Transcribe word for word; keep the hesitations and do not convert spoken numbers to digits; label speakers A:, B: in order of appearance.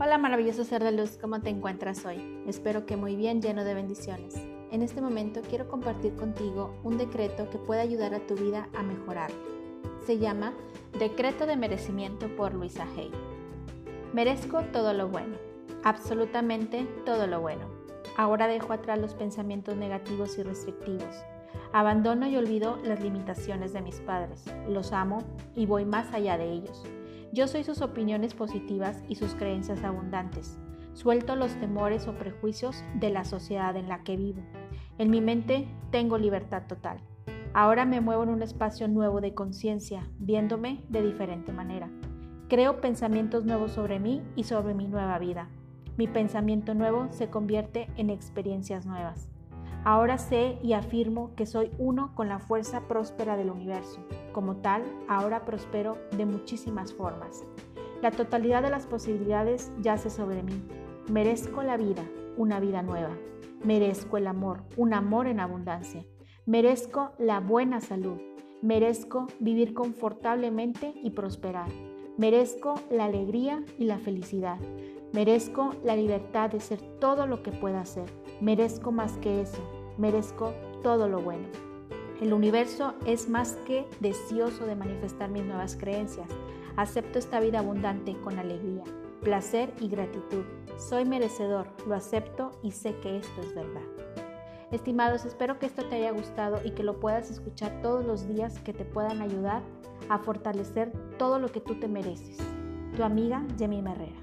A: Hola maravilloso ser de luz, ¿cómo te encuentras hoy? Espero que muy bien, lleno de bendiciones. En este momento quiero compartir contigo un decreto que puede ayudar a tu vida a mejorar. Se llama Decreto de Merecimiento por Louisa Hay. Merezco todo lo bueno, absolutamente todo lo bueno. Ahora dejo atrás los pensamientos negativos y restrictivos. Abandono y olvido las limitaciones de mis padres. Los amo y voy más allá de ellos. Yo soy sus opiniones positivas y sus creencias abundantes. Suelto los temores o prejuicios de la sociedad en la que vivo. En mi mente tengo libertad total. Ahora me muevo en un espacio nuevo de conciencia, viéndome de diferente manera. Creo pensamientos nuevos sobre mí y sobre mi nueva vida. Mi pensamiento nuevo se convierte en experiencias nuevas. Ahora sé y afirmo que soy uno con la fuerza próspera del universo. Como tal, ahora prospero de muchísimas formas. La totalidad de las posibilidades yace sobre mí. Merezco la vida, una vida nueva. Merezco el amor, un amor en abundancia. Merezco la buena salud. Merezco vivir confortablemente y prosperar. Merezco la alegría y la felicidad. Merezco la libertad de ser todo lo que pueda ser. Merezco más que eso. Merezco todo lo bueno. El universo es más que deseoso de manifestar mis nuevas creencias. Acepto esta vida abundante con alegría, placer y gratitud. Soy merecedor, lo acepto y sé que esto es verdad. Estimados, espero que esto te haya gustado y que lo puedas escuchar todos los días, que te puedan ayudar a fortalecer todo lo que tú te mereces. Tu amiga Yemima Herrera.